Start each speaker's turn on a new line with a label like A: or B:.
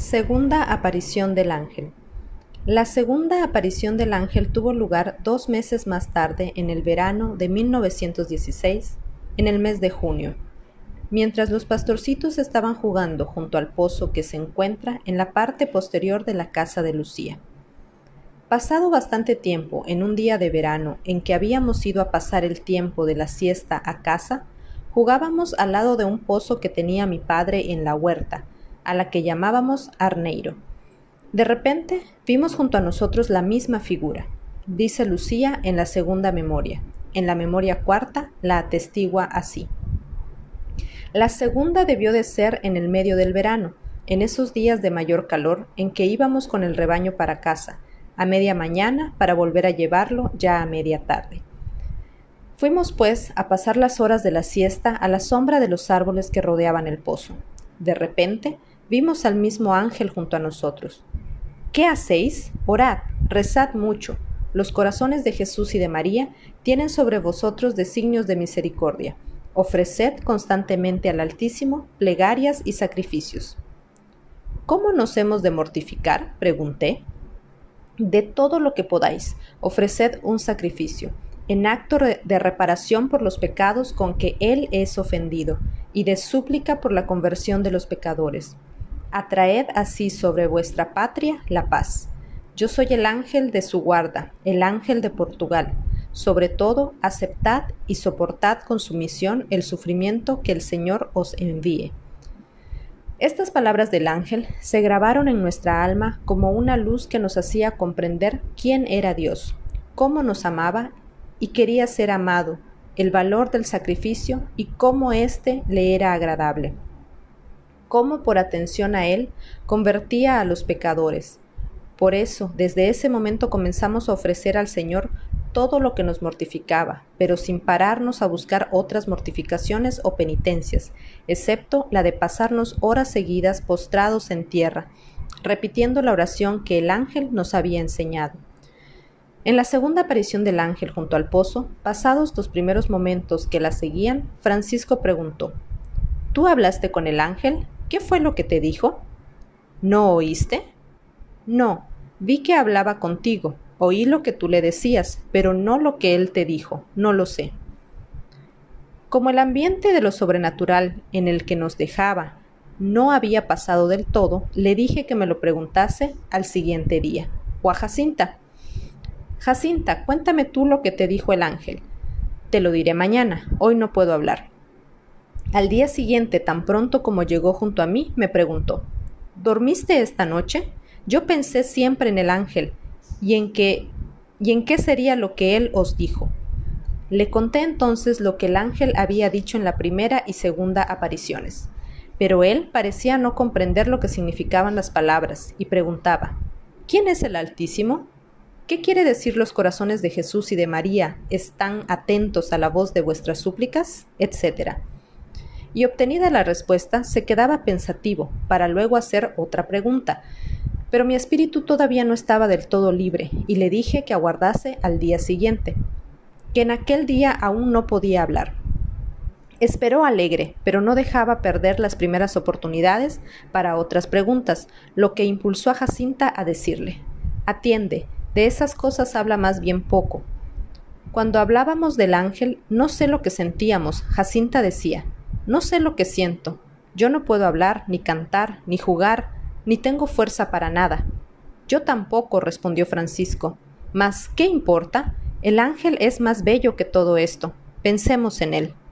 A: Segunda aparición del ángel. La segunda aparición del ángel tuvo lugar 2 meses más tarde, en el verano de 1916, en el mes de junio, mientras los pastorcitos estaban jugando junto al pozo que se encuentra en la parte posterior de la casa de Lucía. Pasado bastante tiempo, en un día de verano en que habíamos ido a pasar el tiempo de la siesta a casa, jugábamos al lado de un pozo que tenía mi padre en la huerta, a la que llamábamos Arneiro. De repente vimos junto a nosotros la misma figura, dice Lucía en la segunda memoria. En la memoria cuarta la atestigua así. La segunda debió de ser en el medio del verano, en esos días de mayor calor en que íbamos con el rebaño para casa, a media mañana para volver a llevarlo ya a media tarde. Fuimos, pues, a pasar las horas de la siesta a la sombra de los árboles que rodeaban el pozo. De repente vimos al mismo ángel junto a nosotros. ¿Qué hacéis? Orad, rezad mucho. Los corazones de Jesús y de María tienen sobre vosotros designios de misericordia. Ofreced constantemente al Altísimo plegarias y sacrificios. ¿Cómo nos hemos de mortificar?, pregunté. De todo lo que podáis, ofreced un sacrificio, en acto de reparación por los pecados con que Él es ofendido, y de súplica por la conversión de los pecadores. Atraed así sobre vuestra patria la paz. Yo soy el ángel de su guarda, el ángel de Portugal. Sobre todo, aceptad y soportad con sumisión el sufrimiento que el Señor os envíe. Estas palabras del ángel se grabaron en nuestra alma como una luz que nos hacía comprender quién era Dios, cómo nos amaba y quería ser amado, el valor del sacrificio y cómo éste le era agradable. Cómo por atención a Él convertía a los pecadores. Por eso, desde ese momento comenzamos a ofrecer al Señor todo lo que nos mortificaba, pero sin pararnos a buscar otras mortificaciones o penitencias, excepto la de pasarnos horas seguidas postrados en tierra, repitiendo la oración que el ángel nos había enseñado. En la segunda aparición del ángel junto al pozo, pasados los primeros momentos que la seguían, Francisco preguntó: ¿Tú hablaste con el ángel? ¿Qué fue lo que te dijo? ¿No oíste? No, vi que hablaba contigo, oí lo que tú le decías, pero no lo que él te dijo, no lo sé. Como el ambiente de lo sobrenatural en el que nos dejaba no había pasado del todo, le dije que me lo preguntase al siguiente día, o a Jacinta. Jacinta, cuéntame tú lo que te dijo el ángel. Te lo diré mañana, hoy no puedo hablar. Al día siguiente, tan pronto como llegó junto a mí, me preguntó: ¿dormiste esta noche? Yo pensé siempre en el ángel y en qué sería lo que él os dijo. Le conté entonces lo que el ángel había dicho en la primera y segunda apariciones, pero él parecía no comprender lo que significaban las palabras y preguntaba: ¿Quién es el Altísimo? ¿Qué quiere decir los corazones de Jesús y de María están atentos a la voz de vuestras súplicas? Etcétera. Y obtenida la respuesta, se quedaba pensativo para luego hacer otra pregunta, pero mi espíritu todavía no estaba del todo libre y le dije que aguardase al día siguiente, que en aquel día aún no podía hablar. Esperó alegre, pero no dejaba perder las primeras oportunidades para otras preguntas, lo que impulsó a Jacinta a decirle: «Atiende, de esas cosas habla más bien poco». Cuando hablábamos del ángel, no sé lo que sentíamos, Jacinta decía: «No sé lo que siento. Yo no puedo hablar, ni cantar, ni jugar, ni tengo fuerza para nada». «Yo tampoco», respondió Francisco. «Mas, ¿qué importa? El ángel es más bello que todo esto. Pensemos en él».